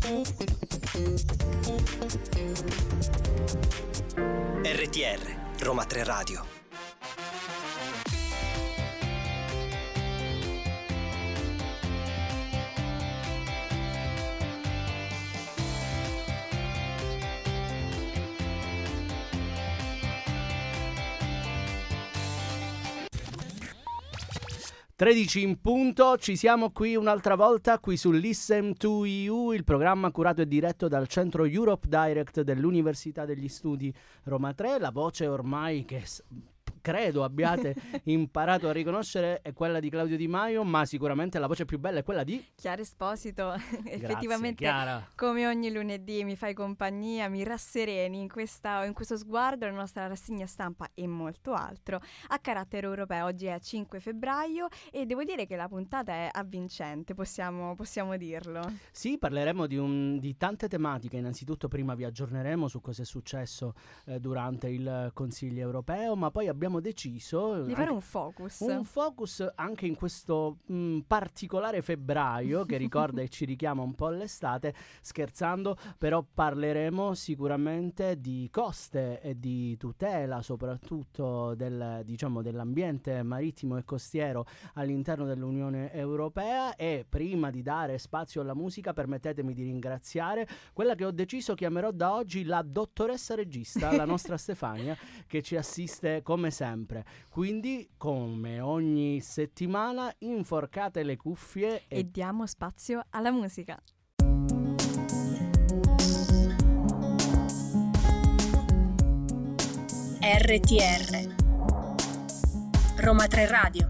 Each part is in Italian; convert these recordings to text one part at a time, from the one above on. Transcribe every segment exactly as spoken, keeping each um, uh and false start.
R T R Roma tre Radio. tredici in punto, ci siamo qui un'altra volta qui su Listen to E U, il programma curato e diretto dal centro Europe Direct dell'Università degli Studi Roma tre. La voce ormai che s- credo abbiate imparato a riconoscere è quella di Claudio Di Maio, ma sicuramente la voce più bella è quella di Chiara Esposito. Effettivamente, Chiara. come ogni lunedì mi fai compagnia, mi rassereni in, questa, in questo sguardo, la nostra rassegna stampa e molto altro a carattere europeo. Oggi è cinque febbraio e devo dire che la puntata è avvincente, possiamo, possiamo dirlo. Sì, parleremo di, un, di tante tematiche. Innanzitutto prima vi aggiorneremo su cosa è successo eh, durante il Consiglio europeo, ma poi abbiamo deciso di fare un focus. Un focus anche in questo mh, particolare febbraio che ricorda e ci richiama un po' all'estate, scherzando, però parleremo sicuramente di coste e di tutela soprattutto del, diciamo, dell'ambiente marittimo e costiero all'interno dell'Unione Europea. E prima di dare spazio alla musica permettetemi di ringraziare quella che ho deciso chiamerò da oggi la dottoressa regista, la nostra Stefania, che ci assiste come sempre. Quindi, come ogni settimana, inforcate le cuffie e, e diamo spazio alla musica. R T R Roma tre Radio.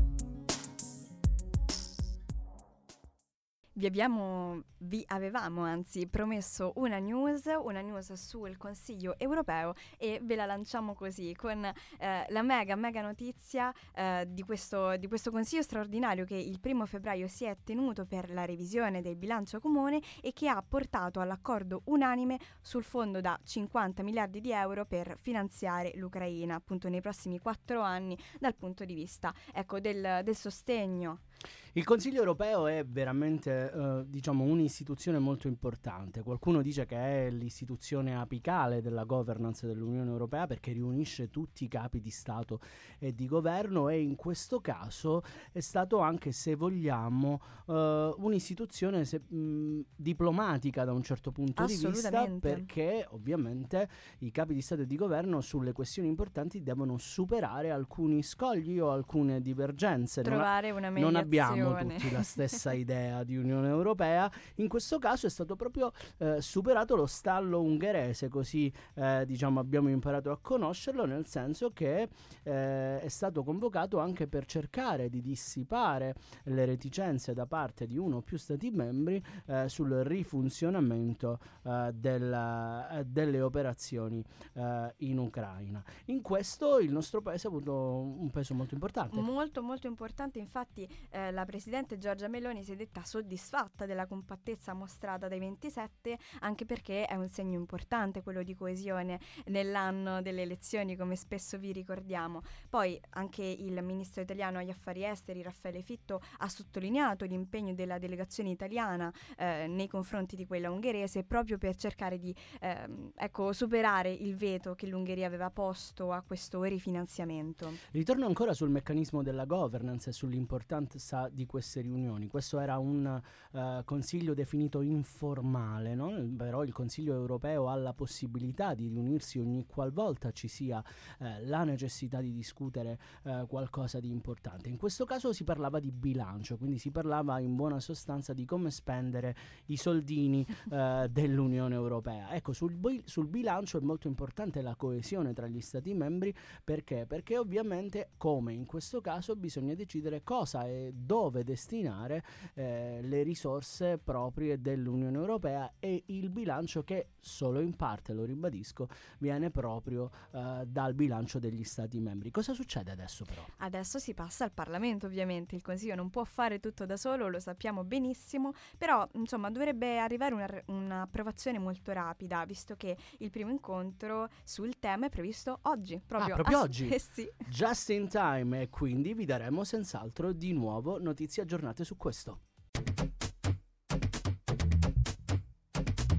Vi abbiamo, vi avevamo anzi promesso una news, una news sul Consiglio europeo e ve la lanciamo così con eh, la mega mega notizia eh, di, questo, di questo Consiglio straordinario che il primo febbraio si è tenuto per la revisione del bilancio comune e che ha portato all'accordo unanime sul fondo da cinquanta miliardi di euro per finanziare l'Ucraina appunto nei prossimi quattro anni dal punto di vista ecco del, del sostegno. Il Consiglio europeo è veramente eh, diciamo un'istituzione molto importante. Qualcuno dice che è l'istituzione apicale della governance dell'Unione Europea perché riunisce tutti i capi di Stato e di governo, e in questo caso è stato anche, se vogliamo, eh, un'istituzione se, mh, diplomatica da un certo punto di vista, perché ovviamente i capi di Stato e di governo sulle questioni importanti devono superare alcuni scogli o alcune divergenze. Trovare una mediazione. Non abbiamo tutti la stessa idea di Unione Europea. In questo caso è stato proprio eh, superato lo stallo ungherese, così eh, diciamo abbiamo imparato a conoscerlo, nel senso che eh, è stato convocato anche per cercare di dissipare le reticenze da parte di uno o più stati membri eh, sul rifunzionamento eh, della, eh, delle operazioni eh, in Ucraina. In questo il nostro paese ha avuto un peso molto importante. Molto molto importante, infatti eh, la Presidente Giorgia Meloni si è detta soddisfatta della compattezza mostrata dai ventisette, anche perché è un segno importante quello di coesione nell'anno delle elezioni, come spesso vi ricordiamo. Poi anche il ministro italiano agli affari esteri Raffaele Fitto ha sottolineato l'impegno della delegazione italiana eh, nei confronti di quella ungherese, proprio per cercare di eh, ecco, superare il veto che l'Ungheria aveva posto a questo rifinanziamento. Ritorno ancora sul meccanismo della governance e sull'importanza di queste riunioni. Questo era un uh, consiglio definito informale, no? Però il Consiglio europeo ha la possibilità di riunirsi ogni qualvolta ci sia uh, la necessità di discutere uh, qualcosa di importante. In questo caso si parlava di bilancio, quindi si parlava in buona sostanza di come spendere i soldini uh, dell'Unione Europea. Ecco, sul, bi- sul bilancio è molto importante la coesione tra gli Stati membri. Perché? Perché ovviamente, come in questo caso, bisogna decidere cosa e dove destinare eh, le risorse proprie dell'Unione Europea, e il bilancio, che solo in parte, lo ribadisco, viene proprio eh, dal bilancio degli Stati membri. Cosa succede adesso però? Adesso si passa al Parlamento, ovviamente. Il Consiglio non può fare tutto da solo, lo sappiamo benissimo, però insomma dovrebbe arrivare una, un'approvazione molto rapida, visto che il primo incontro sul tema è previsto oggi. Proprio, ah, proprio ass- oggi? Eh sì. Just in time, e quindi vi daremo senz'altro di nuovo notizie aggiornate su questo.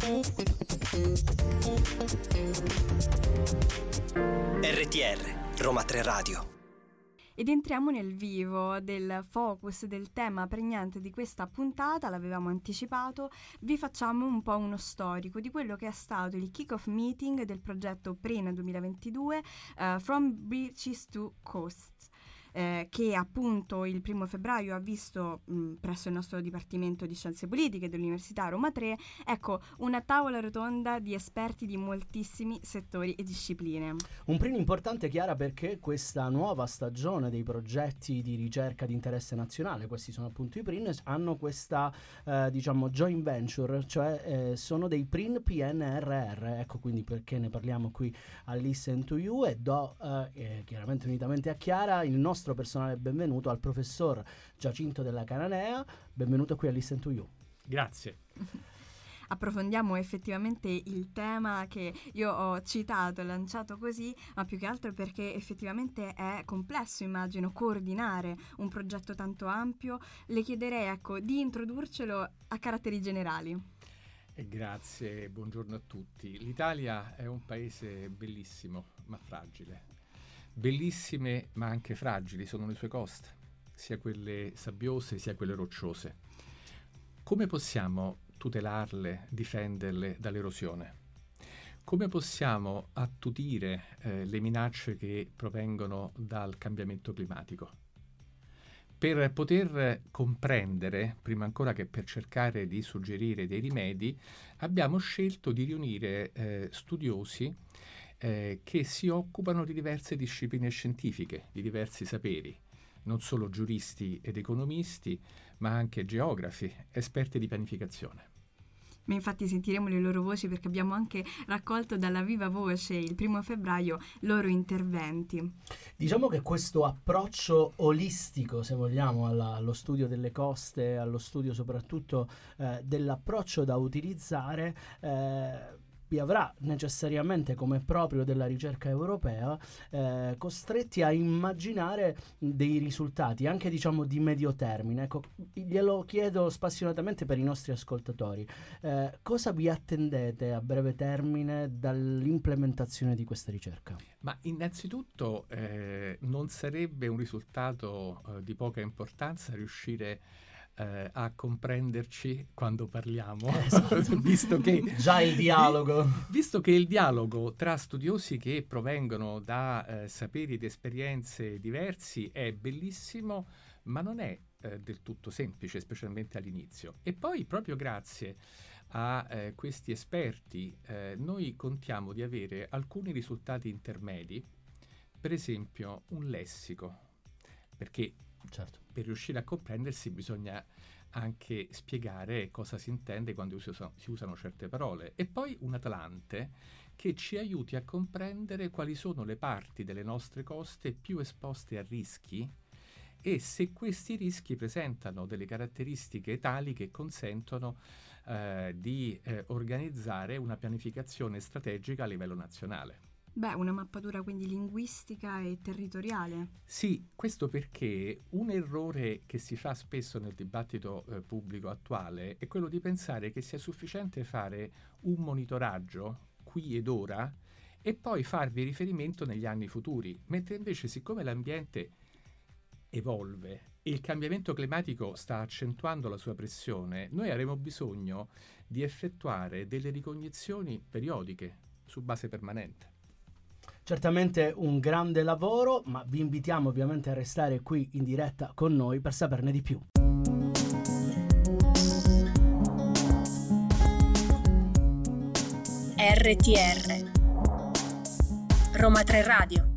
R T R, Roma tre Radio. Ed entriamo nel vivo del focus, del tema pregnante di questa puntata, l'avevamo anticipato. Vi facciamo un po' uno storico di quello che è stato il kick-off meeting del progetto P R I N duemilaventidue, uh, From Beaches to Coasts. Eh, che appunto il primo febbraio ha visto mh, presso il nostro Dipartimento di Scienze Politiche dell'Università Roma tre, ecco, una tavola rotonda di esperti di moltissimi settori e discipline. Un P R I N importante, Chiara, perché questa nuova stagione dei progetti di ricerca di interesse nazionale, questi sono appunto i P R I N, hanno questa eh, diciamo joint venture, cioè eh, sono dei P R I N P N R R, ecco quindi perché ne parliamo qui a Listen to You, e do eh, eh, chiaramente unitamente a Chiara il nostro personale benvenuto al professor Giacinto Della Cananea. Benvenuto qui a Listen to You. Grazie. Approfondiamo effettivamente il tema che io ho citato e lanciato così, ma più che altro perché effettivamente è complesso, immagino, coordinare un progetto tanto ampio. Le chiederei, ecco, di introdurcelo a caratteri generali. E grazie, buongiorno a tutti. L'Italia è un paese bellissimo, ma fragile. Bellissime ma anche fragili sono le sue coste, sia quelle sabbiose sia quelle rocciose. Come possiamo tutelarle, difenderle dall'erosione? Come possiamo attutire eh, le minacce che provengono dal cambiamento climatico? Per poter comprendere, prima ancora che per cercare di suggerire dei rimedi, abbiamo scelto di riunire eh, studiosi Eh, che si occupano di diverse discipline scientifiche, di diversi saperi, non solo giuristi ed economisti, ma anche geografi, esperti di pianificazione. Ma infatti sentiremo le loro voci perché abbiamo anche raccolto dalla viva voce il primo febbraio loro interventi. Diciamo che questo approccio olistico, se vogliamo, alla, allo studio delle coste, allo studio soprattutto eh, dell'approccio da utilizzare, eh, vi avrà necessariamente, come proprio della ricerca europea, eh, costretti a immaginare dei risultati anche, diciamo, di medio termine. Ecco, glielo chiedo spassionatamente per i nostri ascoltatori. Eh, cosa vi attendete a breve termine dall'implementazione di questa ricerca? Ma innanzitutto eh, non sarebbe un risultato eh, di poca importanza riuscire Eh, a comprenderci quando parliamo, esatto. visto che già il dialogo visto che il dialogo tra studiosi che provengono da eh, saperi ed esperienze diversi è bellissimo, ma non è eh, del tutto semplice, specialmente all'inizio. E poi proprio grazie a eh, questi esperti eh, noi contiamo di avere alcuni risultati intermedi, per esempio un lessico, perché certo, per riuscire a comprendersi bisogna anche spiegare cosa si intende quando si, usa, si usano certe parole, e poi un atlante che ci aiuti a comprendere quali sono le parti delle nostre coste più esposte a rischi e se questi rischi presentano delle caratteristiche tali che consentono eh, di eh, organizzare una pianificazione strategica a livello nazionale. Beh, una mappatura quindi linguistica e territoriale. Sì, questo perché un errore che si fa spesso nel dibattito eh, pubblico attuale è quello di pensare che sia sufficiente fare un monitoraggio qui ed ora e poi farvi riferimento negli anni futuri, mentre invece, siccome l'ambiente evolve e il cambiamento climatico sta accentuando la sua pressione, noi avremo bisogno di effettuare delle ricognizioni periodiche su base permanente. Certamente un grande lavoro, ma vi invitiamo ovviamente a restare qui in diretta con noi per saperne di più. R T R Roma tre Radio.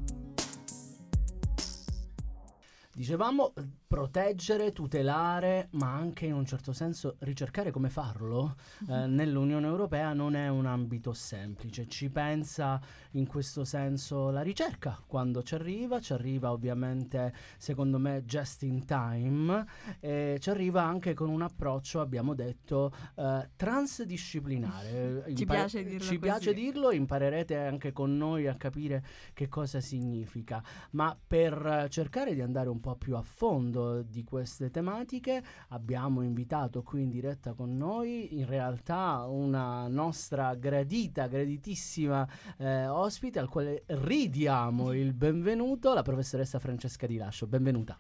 Dicevamo proteggere, tutelare, ma anche in un certo senso ricercare come farlo eh, nell'Unione Europea non è un ambito semplice. Ci pensa in questo senso la ricerca quando ci arriva, ci arriva ovviamente secondo me just in time, e ci arriva anche con un approccio, abbiamo detto, eh, transdisciplinare. Ci Impa- piace dirlo Ci così. piace dirlo, imparerete anche con noi a capire che cosa significa, ma per cercare di andare un po' più a fondo appunto di queste tematiche. Abbiamo invitato qui in diretta con noi in realtà una nostra gradita, graditissima eh, ospite al quale ridiamo il benvenuto, la professoressa Francesca Di Lascio. Benvenuta.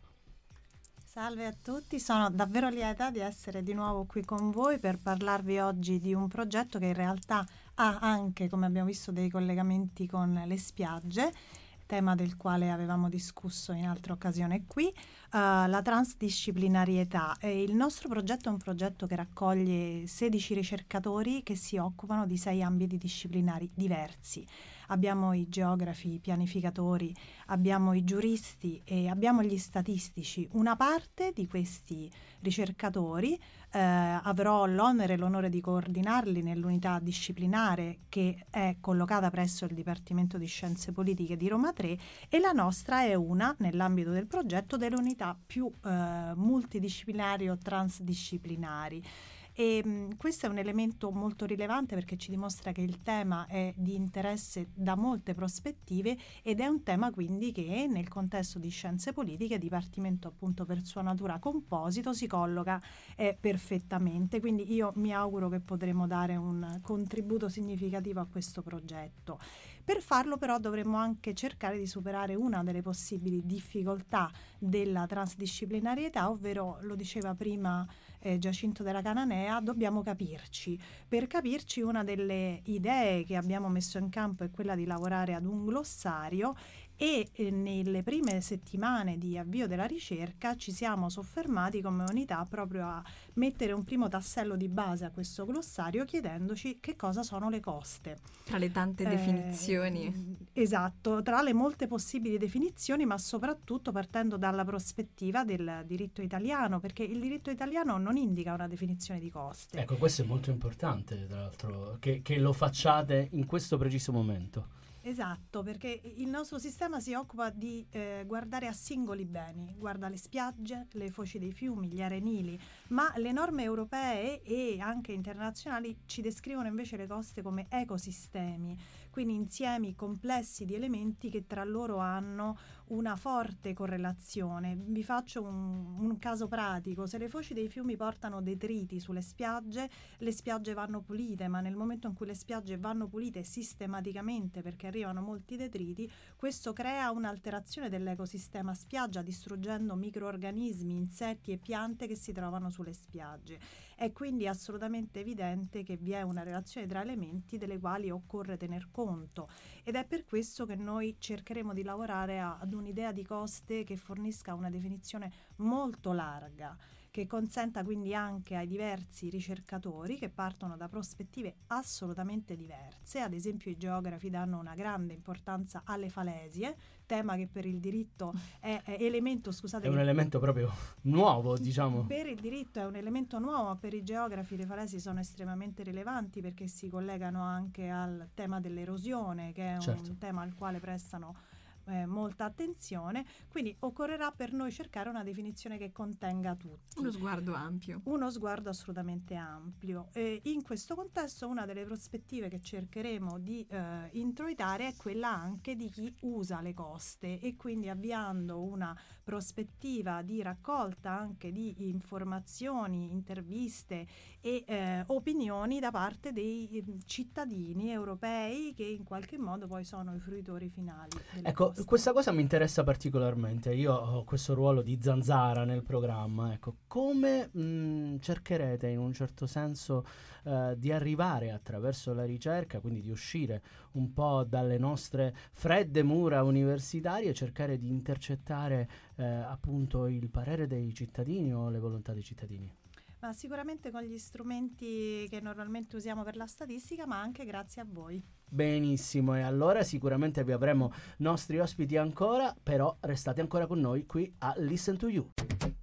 Salve a tutti, sono davvero lieta di essere di nuovo qui con voi per parlarvi oggi di un progetto che in realtà ha anche, come abbiamo visto, dei collegamenti con le spiagge, tema del quale avevamo discusso in altra occasione qui, uh, la transdisciplinarietà. E il nostro progetto è un progetto che raccoglie sedici ricercatori che si occupano di sei ambiti disciplinari diversi. Abbiamo i geografi, i pianificatori, abbiamo i giuristi e abbiamo gli statistici. Una parte di questi ricercatori eh, avrò l'onere e l'onore di coordinarli nell'unità disciplinare che è collocata presso il Dipartimento di Scienze Politiche di Roma tre, e la nostra è una, nell'ambito del progetto, delle unità più eh, multidisciplinari o transdisciplinari. E mh, questo è un elemento molto rilevante perché ci dimostra che il tema è di interesse da molte prospettive ed è un tema quindi che nel contesto di scienze politiche, dipartimento appunto per sua natura composito, si colloca eh, perfettamente. Quindi io mi auguro che potremo dare un contributo significativo a questo progetto. Per farlo però dovremmo anche cercare di superare una delle possibili difficoltà della transdisciplinarietà, ovvero, lo diceva prima eh, Giacinto della Cananea, dobbiamo capirci. Per capirci, una delle idee che abbiamo messo in campo è quella di lavorare ad un glossario e eh, nelle prime settimane di avvio della ricerca ci siamo soffermati come unità proprio a mettere un primo tassello di base a questo glossario, chiedendoci che cosa sono le coste. Tra le tante Eh, definizioni. Esatto, tra le molte possibili definizioni, ma soprattutto partendo dalla prospettiva del diritto italiano, perché il diritto italiano non indica una definizione di coste. Ecco, questo è molto importante, tra l'altro, che, che lo facciate in questo preciso momento. Esatto, perché il nostro sistema si occupa di eh, guardare a singoli beni, guarda le spiagge, le foci dei fiumi, gli arenili, ma le norme europee e anche internazionali ci descrivono invece le coste come ecosistemi, quindi insiemi complessi di elementi che tra loro hanno una forte correlazione. Vi faccio un, un caso pratico: se le foci dei fiumi portano detriti sulle spiagge, le spiagge vanno pulite, ma nel momento in cui le spiagge vanno pulite sistematicamente perché arrivano molti detriti, questo crea un'alterazione dell'ecosistema spiaggia, distruggendo microrganismi, insetti e piante che si trovano sulle spiagge. È quindi assolutamente evidente che vi è una relazione tra elementi delle quali occorre tener conto, ed è per questo che noi cercheremo di lavorare a, ad un'idea di coste che fornisca una definizione molto larga, che consenta quindi anche ai diversi ricercatori, che partono da prospettive assolutamente diverse. Ad esempio i geografi danno una grande importanza alle falesie, tema che per il diritto è, è elemento, scusate, È un elemento proprio nuovo, diciamo. Per il diritto è un elemento nuovo, ma per i geografi le falesi sono estremamente rilevanti perché si collegano anche al tema dell'erosione, che è Certo. un tema al quale prestano eh, molta attenzione. Quindi occorrerà per noi cercare una definizione che contenga tutti. Uno sguardo ampio. Uno sguardo assolutamente ampio. E in questo contesto una delle prospettive che cercheremo di eh, introitare è quella anche di chi usa le coste, e quindi avviando una prospettiva di raccolta anche di informazioni, interviste e eh, opinioni da parte dei eh, cittadini europei, che in qualche modo poi sono i fruitori finali delle Ecco, coste. questa cosa mi interessa particolarmente. Io ho questo ruolo di zanzara nel programma. Ecco, come mh, cercherete in un certo senso eh, di arrivare attraverso la ricerca, quindi di uscire un po' dalle nostre fredde mura universitarie e cercare di intercettare eh, appunto il parere dei cittadini o le volontà dei cittadini? Ma sicuramente con gli strumenti che normalmente usiamo per la statistica, ma anche grazie a voi. Benissimo, e allora sicuramente vi avremo nostri ospiti ancora, però restate ancora con noi qui a Listen to You.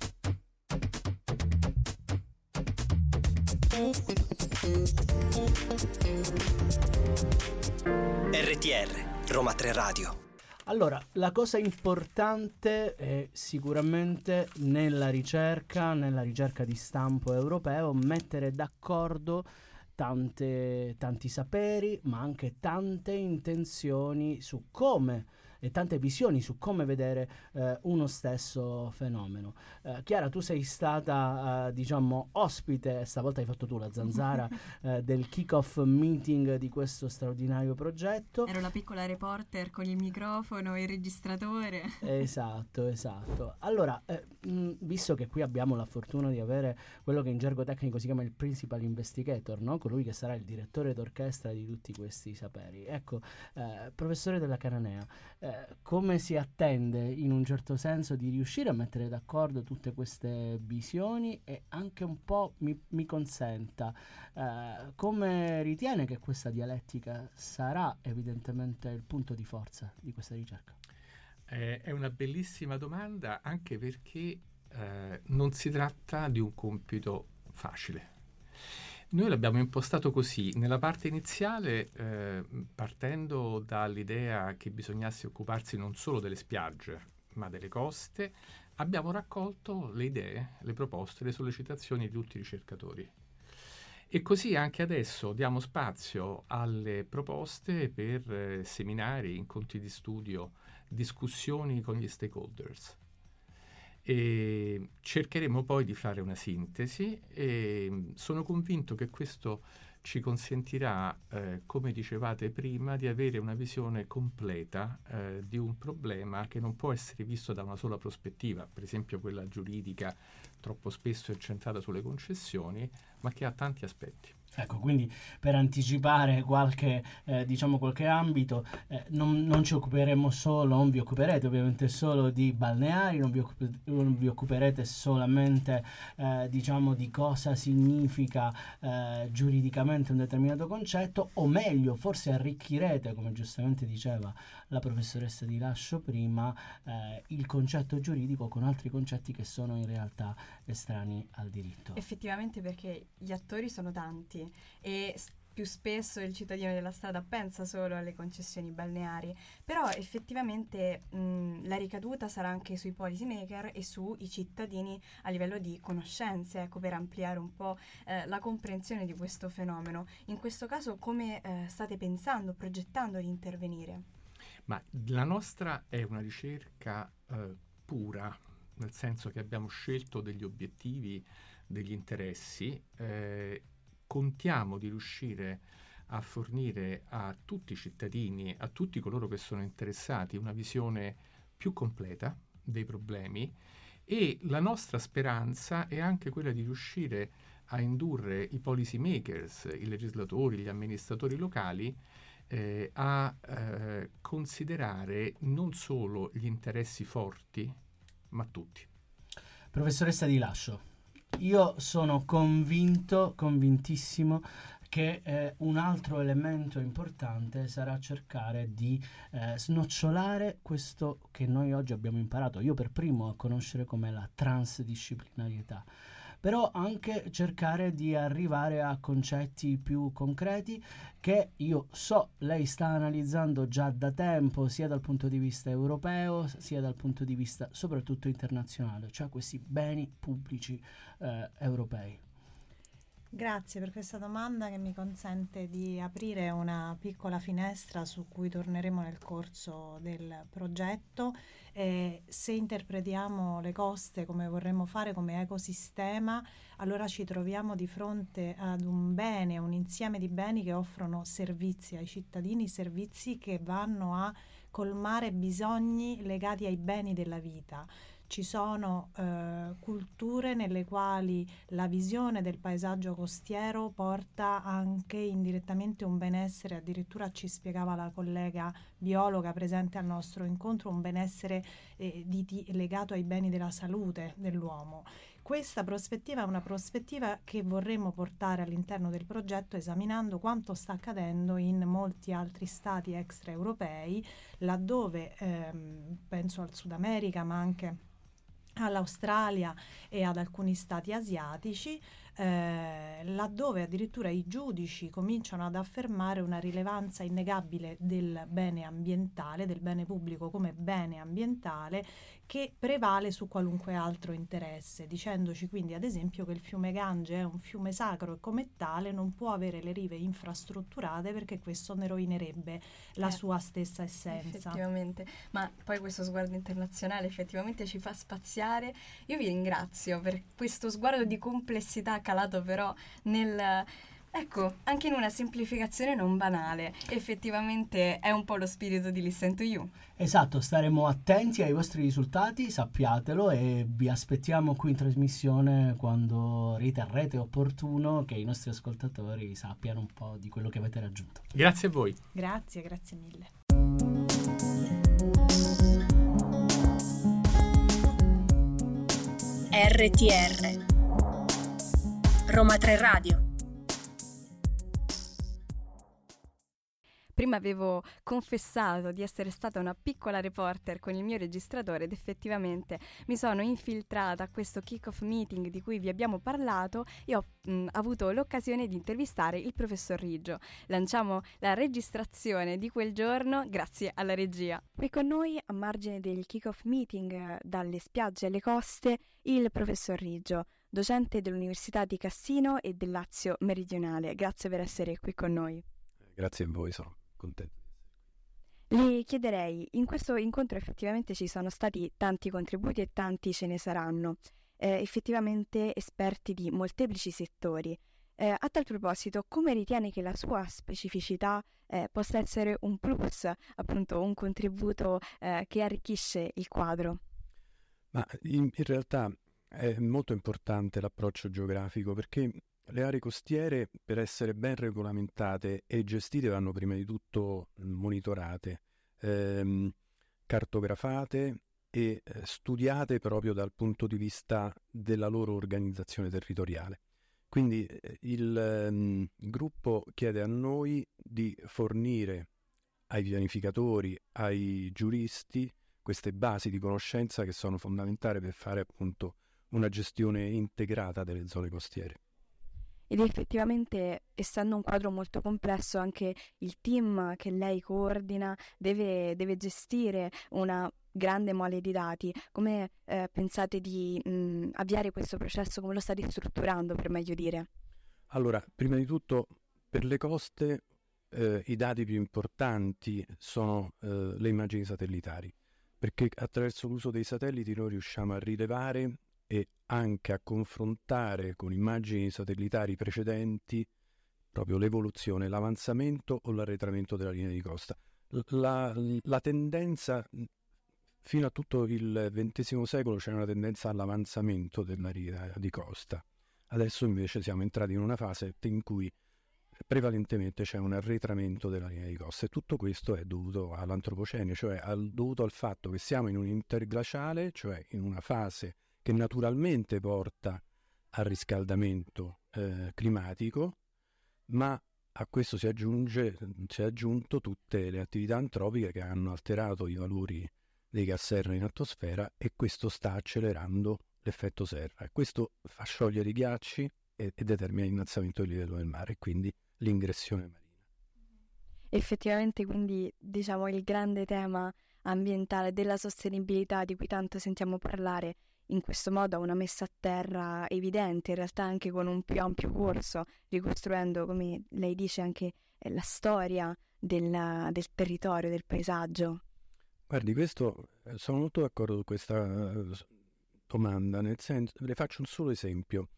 R T R, Roma tre Radio. Allora, la cosa importante è sicuramente nella ricerca, nella ricerca di stampo europeo, mettere d'accordo tante, tanti saperi, ma anche tante intenzioni su come e tante visioni su come vedere eh, uno stesso fenomeno. Eh, Chiara, tu sei stata eh, diciamo ospite, stavolta hai fatto tu la zanzara, eh, del kick-off meeting di questo straordinario progetto. Ero la piccola reporter con il microfono e il registratore. Esatto, esatto. Allora, eh, mh, visto che qui abbiamo la fortuna di avere quello che in gergo tecnico si chiama il principal investigator, no? Colui che sarà il direttore d'orchestra di tutti questi saperi. Ecco, eh, professore Della Cananea, eh, come si attende in un certo senso di riuscire a mettere d'accordo tutte queste visioni e anche un po' mi, mi consenta, eh, come ritiene che questa dialettica sarà evidentemente il punto di forza di questa ricerca? Eh, è una bellissima domanda, anche perché eh, non si tratta di un compito facile. Noi l'abbiamo impostato così: nella parte iniziale, eh, partendo dall'idea che bisognasse occuparsi non solo delle spiagge, ma delle coste, abbiamo raccolto le idee, le proposte, le sollecitazioni di tutti i ricercatori. E così anche adesso diamo spazio alle proposte per eh, seminari, incontri di studio, discussioni con gli stakeholders. E cercheremo poi di fare una sintesi e sono convinto che questo ci consentirà, eh, come dicevate prima, di avere una visione completa eh, di un problema che non può essere visto da una sola prospettiva, per esempio quella giuridica, troppo spesso incentrata sulle concessioni, ma che ha tanti aspetti. Ecco, quindi per anticipare qualche, eh, diciamo qualche ambito, eh, non, non ci occuperemo solo, non vi occuperete ovviamente solo di balneari, non vi, occup- non vi occuperete solamente, eh, diciamo, di cosa significa eh, giuridicamente un determinato concetto, o meglio, forse arricchirete, come giustamente diceva la professoressa Di Lascio prima, eh, il concetto giuridico con altri concetti che sono in realtà estranei al diritto. Effettivamente, perché gli attori sono tanti e s- più spesso il cittadino della strada pensa solo alle concessioni balneari, però effettivamente mh, la ricaduta sarà anche sui policy maker e sui cittadini a livello di conoscenze, ecco, per ampliare un po' eh, la comprensione di questo fenomeno. In questo caso come eh, state pensando, progettando di intervenire? Ma la nostra è una ricerca eh, pura, nel senso che abbiamo scelto degli obiettivi, degli interessi, eh, contiamo di riuscire a fornire a tutti i cittadini, a tutti coloro che sono interessati, una visione più completa dei problemi, e la nostra speranza è anche quella di riuscire a indurre i policy makers, i legislatori, gli amministratori locali eh, a eh, considerare non solo gli interessi forti, ma tutti. Professoressa Di Lascio, io sono convinto, convintissimo che eh, un altro elemento importante sarà cercare di eh, snocciolare questo che noi oggi abbiamo imparato, io per primo, a conoscere come la transdisciplinarietà, però anche cercare di arrivare a concetti più concreti che io so lei sta analizzando già da tempo, sia dal punto di vista europeo sia dal punto di vista soprattutto internazionale, cioè questi beni pubblici eh, europei. Grazie per questa domanda che mi consente di aprire una piccola finestra su cui torneremo nel corso del progetto. Eh, se interpretiamo le coste come vorremmo fare, come ecosistema, allora ci troviamo di fronte ad un bene, un insieme di beni che offrono servizi ai cittadini, servizi che vanno a colmare bisogni legati ai beni della vita. Ci sono eh, culture nelle quali la visione del paesaggio costiero porta anche indirettamente un benessere, addirittura ci spiegava la collega biologa presente al nostro incontro, un benessere eh, di, di, legato ai beni della salute dell'uomo. Questa prospettiva è una prospettiva che vorremmo portare all'interno del progetto, esaminando quanto sta accadendo in molti altri stati extraeuropei, laddove ehm, penso al Sud America, ma anche all'Australia e ad alcuni stati asiatici, eh, laddove addirittura i giudici cominciano ad affermare una rilevanza innegabile del bene ambientale, del bene pubblico come bene ambientale, che prevale su qualunque altro interesse, dicendoci quindi ad esempio che il fiume Gange è un fiume sacro e come tale non può avere le rive infrastrutturate perché questo ne rovinerebbe la Eh, sua stessa essenza. Effettivamente, ma poi questo sguardo internazionale effettivamente ci fa spaziare. Io vi ringrazio per questo sguardo di complessità calato però nel... Ecco, anche in una semplificazione non banale. Effettivamente è un po' lo spirito di Listen to You. Esatto, staremo attenti ai vostri risultati, sappiatelo, e vi aspettiamo qui in trasmissione quando riterrete opportuno che i nostri ascoltatori sappiano un po' di quello che avete raggiunto. Grazie a voi. Grazie, grazie mille. R T R Roma tre Radio. Prima avevo confessato di essere stata una piccola reporter con il mio registratore ed effettivamente mi sono infiltrata a questo kick-off meeting di cui vi abbiamo parlato e ho mh, avuto l'occasione di intervistare il professor Riggio. Lanciamo la registrazione di quel giorno grazie alla regia. Qui con noi, a margine del kick-off meeting eh, dalle spiagge alle coste, il professor Riggio, docente dell'Università di Cassino e del Lazio Meridionale. Grazie per essere qui con noi. Grazie a voi, sono contento. Le chiederei, in questo incontro effettivamente ci sono stati tanti contributi e tanti ce ne saranno, eh, effettivamente esperti di molteplici settori. Eh, a tal proposito, come ritiene che la sua specificità eh, possa essere un plus, appunto un contributo eh, che arricchisce il quadro? Ma in, in realtà è molto importante l'approccio geografico, perché le aree costiere, per essere ben regolamentate e gestite, vanno prima di tutto monitorate, ehm, cartografate e eh, studiate proprio dal punto di vista della loro organizzazione territoriale. Quindi eh, il ehm, gruppo chiede a noi di fornire ai pianificatori, ai giuristi, queste basi di conoscenza che sono fondamentali per fare appunto una gestione integrata delle zone costiere. Ed effettivamente, essendo un quadro molto complesso, anche il team che lei coordina deve, deve gestire una grande mole di dati. Come eh, pensate di mh, avviare questo processo? Come lo state strutturando, per meglio dire? Allora, prima di tutto, per le coste eh, i dati più importanti sono eh, le immagini satellitari, perché attraverso l'uso dei satelliti noi riusciamo a rilevare e anche a confrontare con immagini satellitari precedenti proprio l'evoluzione, l'avanzamento o l'arretramento della linea di costa. La, la tendenza, fino a tutto il ventesimo secolo c'era una tendenza all'avanzamento della linea di costa. Adesso invece siamo entrati in una fase in cui prevalentemente c'è un arretramento della linea di costa, e tutto questo è dovuto all'antropocene, cioè al, dovuto al fatto che siamo in un interglaciale, cioè in una fase che naturalmente porta al riscaldamento eh, climatico, ma a questo si aggiunge, si è aggiunto tutte le attività antropiche che hanno alterato i valori dei gas serra in atmosfera, e questo sta accelerando l'effetto serra. E questo fa sciogliere i ghiacci e, e determina l'innalzamento del livello del mare, e quindi l'ingressione marina. Effettivamente, quindi, diciamo, il grande tema ambientale della sostenibilità di cui tanto sentiamo parlare in questo modo ha una messa a terra evidente, in realtà anche con un più ampio corso, ricostruendo, come lei dice, anche eh, la storia della, del territorio, del paesaggio. Guardi, questo eh, sono molto d'accordo su questa uh, domanda, nel senso, le faccio un solo esempio.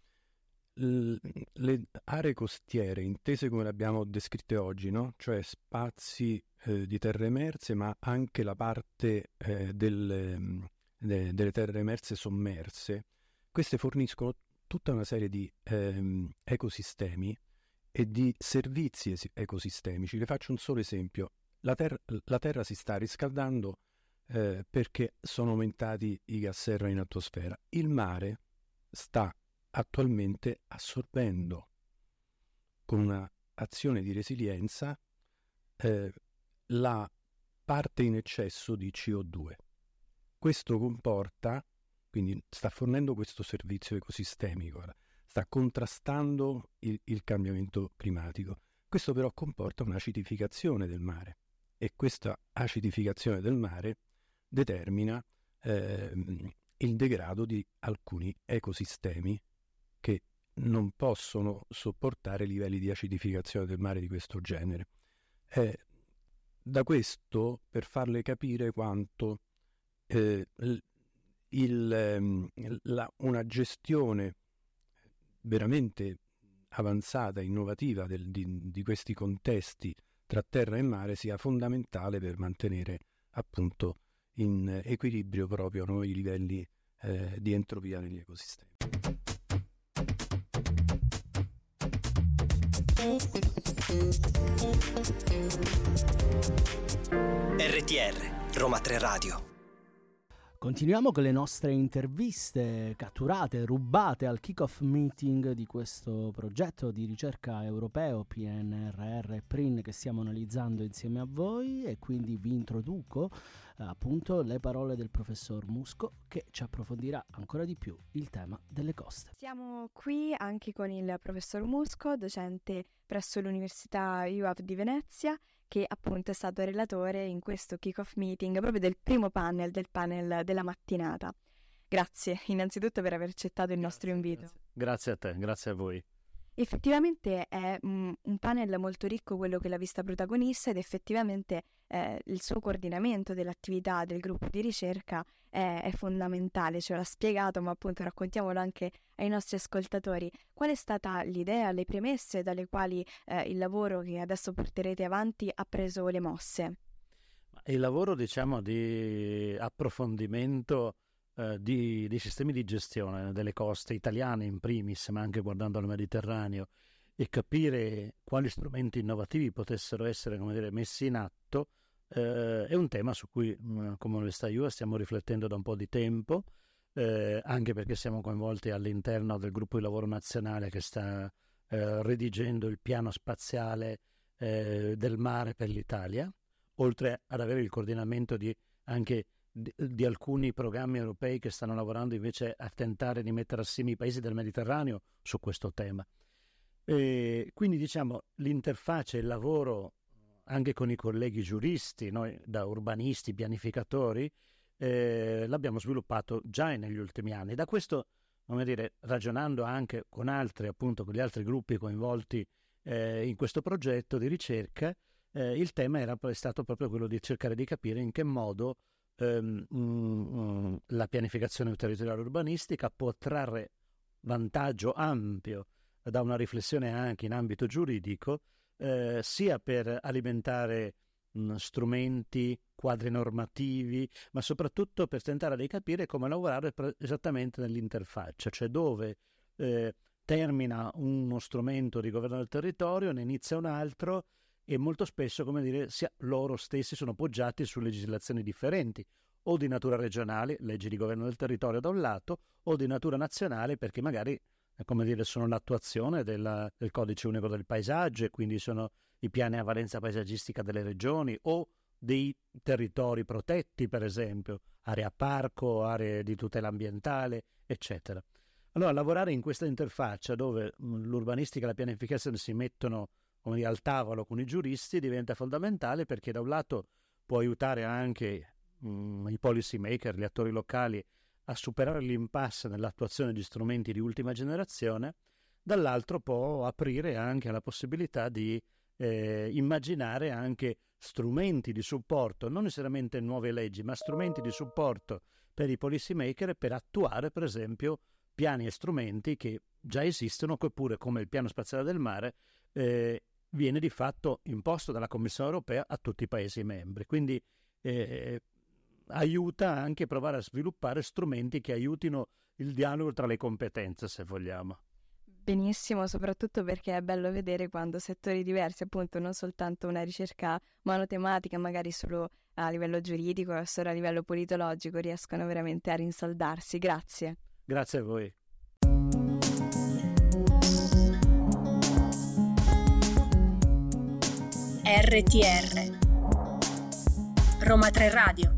L- le aree costiere, intese come le abbiamo descritte oggi, no? Cioè spazi eh, di terre emerse, ma anche la parte eh, del... De, delle terre emerse sommerse, queste forniscono tutta una serie di ehm, ecosistemi e di servizi es- ecosistemici. Le faccio un solo esempio. La, ter- la Terra si sta riscaldando eh, perché sono aumentati i gas serra in atmosfera. Il mare sta attualmente assorbendo, con un'azione di resilienza, eh, la parte in eccesso di C O due. Questo comporta, quindi sta fornendo questo servizio ecosistemico, sta contrastando il, il cambiamento climatico. Questo però comporta un'acidificazione del mare, e questa acidificazione del mare determina eh, il degrado di alcuni ecosistemi che non possono sopportare livelli di acidificazione del mare di questo genere. Eh, da questo, per farle capire quanto eh, il, la, una gestione veramente avanzata, innovativa del, di, di questi contesti tra terra e mare sia fondamentale per mantenere appunto in equilibrio proprio no, i livelli eh, di entropia negli ecosistemi. R T R, Roma tre Radio. Continuiamo con le nostre interviste catturate, rubate al kick-off meeting di questo progetto di ricerca europeo P N R R P R I N che stiamo analizzando insieme a voi, e quindi vi introduco eh, appunto le parole del professor Musco, che ci approfondirà ancora di più il tema delle coste. Siamo qui anche con il professor Musco, docente presso l'Università U A V di Venezia, che appunto è stato relatore in questo kick-off meeting proprio del primo panel, del panel della mattinata. Grazie innanzitutto per aver accettato il nostro invito. Grazie. Grazie a te, grazie a voi. Effettivamente è mm, un panel molto ricco quello che l'ha vista protagonista, ed effettivamente eh, il suo coordinamento dell'attività del gruppo di ricerca è, è fondamentale, ce l'ha spiegato, ma appunto raccontiamolo anche ai nostri ascoltatori. Qual è stata l'idea, le premesse dalle quali eh, il lavoro che adesso porterete avanti ha preso le mosse? Il lavoro, diciamo, di approfondimento eh, di, di sistemi di gestione delle coste italiane in primis, ma anche guardando al Mediterraneo, e capire quali strumenti innovativi potessero essere, come dire, messi in atto, eh, è un tema su cui mh, come Università U A V stiamo riflettendo da un po' di tempo, eh, anche perché siamo coinvolti all'interno del gruppo di lavoro nazionale che sta eh, redigendo il piano spaziale eh, del mare per l'Italia, oltre ad avere il coordinamento di anche di, di alcuni programmi europei che stanno lavorando invece a tentare di mettere assieme i paesi del Mediterraneo su questo tema. E quindi diciamo l'interfaccia e il lavoro anche con i colleghi giuristi, noi da urbanisti, pianificatori, eh, l'abbiamo sviluppato già negli ultimi anni. Da questo, come dire, ragionando anche con altri, appunto con gli altri gruppi coinvolti eh, in questo progetto di ricerca, eh, il tema era è stato proprio quello di cercare di capire in che modo ehm, mh, la pianificazione territoriale urbanistica può trarre vantaggio ampio da una riflessione anche in ambito giuridico, eh, sia per alimentare mh, strumenti, quadri normativi, ma soprattutto per tentare di capire come lavorare pre- esattamente nell'interfaccia, cioè dove eh, termina uno strumento di governo del territorio, ne inizia un altro, e molto spesso, come dire, sia loro stessi sono poggiati su legislazioni differenti, o di natura regionale, leggi di governo del territorio da un lato, o di natura nazionale, perché magari come dire, sono l'attuazione della, del codice unico del paesaggio, e quindi sono i piani a valenza paesaggistica delle regioni o dei territori protetti, per esempio, area parco, aree di tutela ambientale, eccetera. Allora, lavorare in questa interfaccia dove mh, l'urbanistica e la pianificazione si mettono, come dire, al tavolo con i giuristi diventa fondamentale, perché da un lato può aiutare anche mh, i policy maker, gli attori locali, a superare l'impasse nell'attuazione di strumenti di ultima generazione, dall'altro può aprire anche alla possibilità di eh, immaginare anche strumenti di supporto, non necessariamente nuove leggi, ma strumenti di supporto per i policy maker per attuare, per esempio, piani e strumenti che già esistono, oppure come il piano spaziale del mare eh, viene di fatto imposto dalla Commissione europea a tutti i Paesi membri. Quindi eh, aiuta anche a provare a sviluppare strumenti che aiutino il dialogo tra le competenze, se vogliamo. Benissimo, soprattutto perché è bello vedere quando settori diversi, appunto non soltanto una ricerca monotematica, magari solo a livello giuridico o solo a livello politologico, riescono veramente a rinsaldarsi. Grazie. Grazie a voi. R T R Roma tre Radio.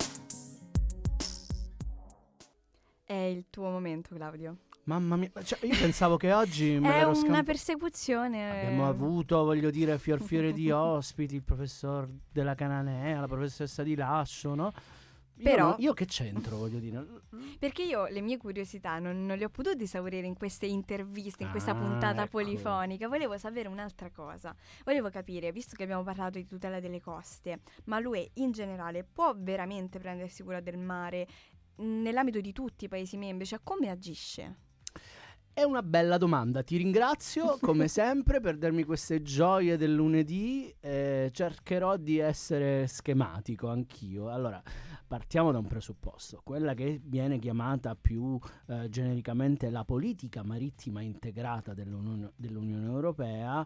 È il tuo momento, Claudio. Mamma mia, cioè, io pensavo che oggi me È l'ero una scamp- persecuzione. Abbiamo avuto, voglio dire, fior fiore di ospiti, il professor della Cananea, la professoressa di Lascio, no? Però, io, io che c'entro, voglio dire. Perché io le mie curiosità non, non le ho potute esaurire in queste interviste, in questa Ah, puntata ecco. polifonica. Volevo sapere un'altra cosa. Volevo capire, visto che abbiamo parlato di tutela delle coste, ma l'U E in generale può veramente prendersi cura del mare mh, nell'ambito di tutti i Paesi membri? Cioè, come agisce? È una bella domanda, ti ringrazio come sempre per darmi queste gioie del lunedì, eh, cercherò di essere schematico anch'io. Allora, partiamo da un presupposto, quella che viene chiamata più eh, genericamente la politica marittima integrata dell'Unione, dell'Unione Europea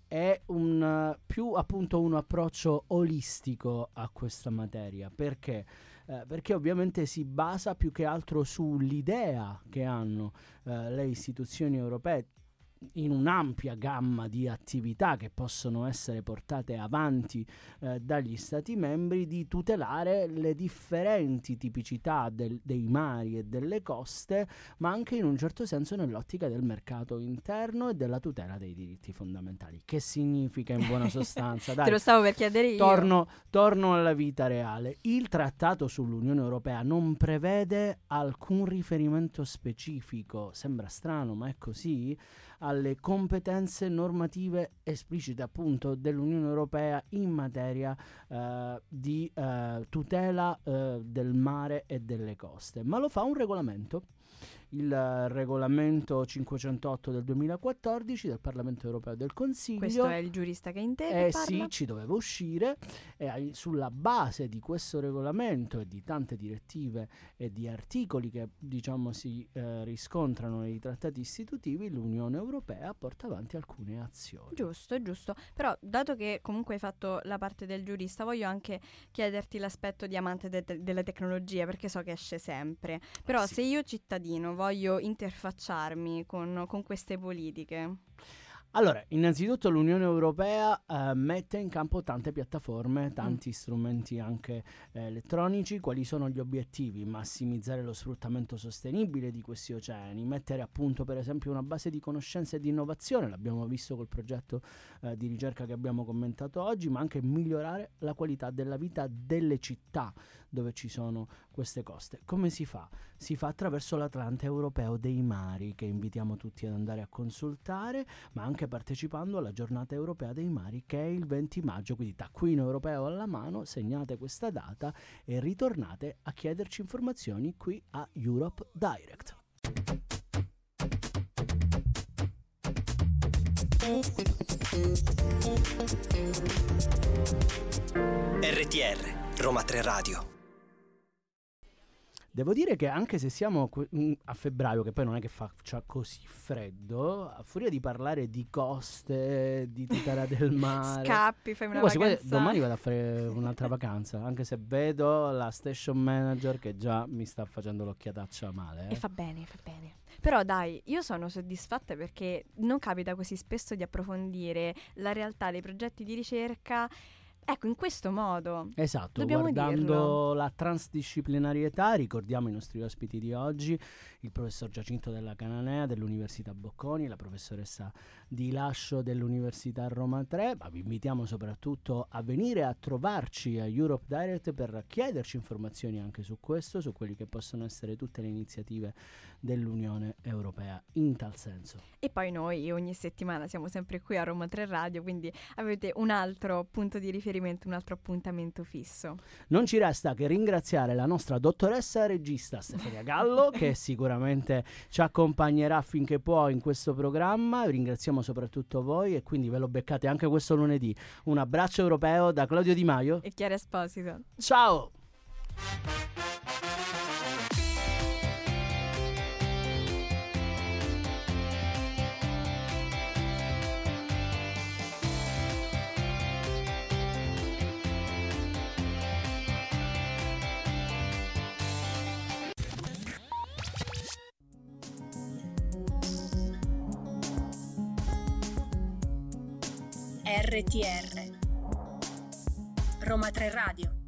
è un, più appunto un approccio olistico a questa materia. Perché? Eh, perché ovviamente si basa più che altro sull'idea che hanno eh, le istituzioni europee in un'ampia gamma di attività che possono essere portate avanti eh, dagli Stati membri, di tutelare le differenti tipicità del, dei mari e delle coste, ma anche in un certo senso nell'ottica del mercato interno e della tutela dei diritti fondamentali. Che significa in buona sostanza? Dai, Te lo stavo per chiedere io. Torno, torno alla vita reale. Il trattato sull'Unione Europea non prevede alcun riferimento specifico, sembra strano ma è così, alle competenze normative esplicite appunto dell'Unione Europea in materia eh, di eh, tutela eh, del mare e delle coste, ma lo fa un regolamento. Il uh, regolamento cinquecentotto del duemilaquattordici del Parlamento Europeo e del Consiglio. Questo è il giurista che in te che Eh parla? sì, ci doveva uscire e ai- sulla base di questo regolamento e di tante direttive e di articoli che diciamo si eh, riscontrano nei trattati istitutivi, l'Unione Europea porta avanti alcune azioni. Giusto, giusto. Però, dato che comunque hai fatto la parte del giurista, voglio anche chiederti l'aspetto di amante de- de- della tecnologia, perché so che esce sempre. Però Sì. se io cittadino voglio interfacciarmi con, con queste politiche, Allora, innanzitutto l'Unione Europea eh, mette in campo tante piattaforme, tanti strumenti anche eh, elettronici. Quali sono gli obiettivi? Massimizzare lo sfruttamento sostenibile di questi oceani, mettere a punto per esempio una base di conoscenza e di innovazione, l'abbiamo visto col progetto eh, di ricerca che abbiamo commentato oggi, ma anche migliorare la qualità della vita delle città dove ci sono queste coste. Come si fa? Si fa attraverso l'Atlante Europeo dei Mari, che invitiamo tutti ad andare a consultare, ma anche partecipando alla giornata europea dei mari, che è il venti maggio, quindi taccuino europeo alla mano, segnate questa data e ritornate a chiederci informazioni qui a Europe Direct. R T R, Roma tre Radio. Devo dire che anche se siamo que- mm, a febbraio, che poi non è che faccia così freddo, a furia di parlare di coste, di tutela del mare, scappi, fai una io quasi quasi vacanza. domani vado a fare un'altra vacanza, anche se vedo la station manager che già mi sta facendo l'occhiataccia male. eh. E fa bene, fa bene. Però dai, io sono soddisfatta perché non capita così spesso di approfondire la realtà dei progetti di ricerca, ecco, in questo modo. Esatto, Dobbiamo guardando dirlo. la transdisciplinarietà, ricordiamo i nostri ospiti di oggi, il professor Giacinto Della Cananea dell'Università Bocconi, la professoressa Di Lascio dell'Università Roma tre, ma vi invitiamo soprattutto a venire a trovarci a Europe Direct per chiederci informazioni anche su questo, su quelli che possono essere tutte le iniziative dell'Unione Europea in tal senso. E poi noi ogni settimana siamo sempre qui a Roma tre Radio, quindi avete un altro punto di riferimento, un altro appuntamento fisso. Non ci resta che ringraziare la nostra dottoressa regista Stefania Gallo che sicuramente ci accompagnerà finché può in questo programma. Ringraziamo soprattutto voi e quindi ve lo beccate anche questo lunedì. Un abbraccio europeo da Claudio Di Maio E Chiara Esposito. Ciao! R T R Roma tre Radio.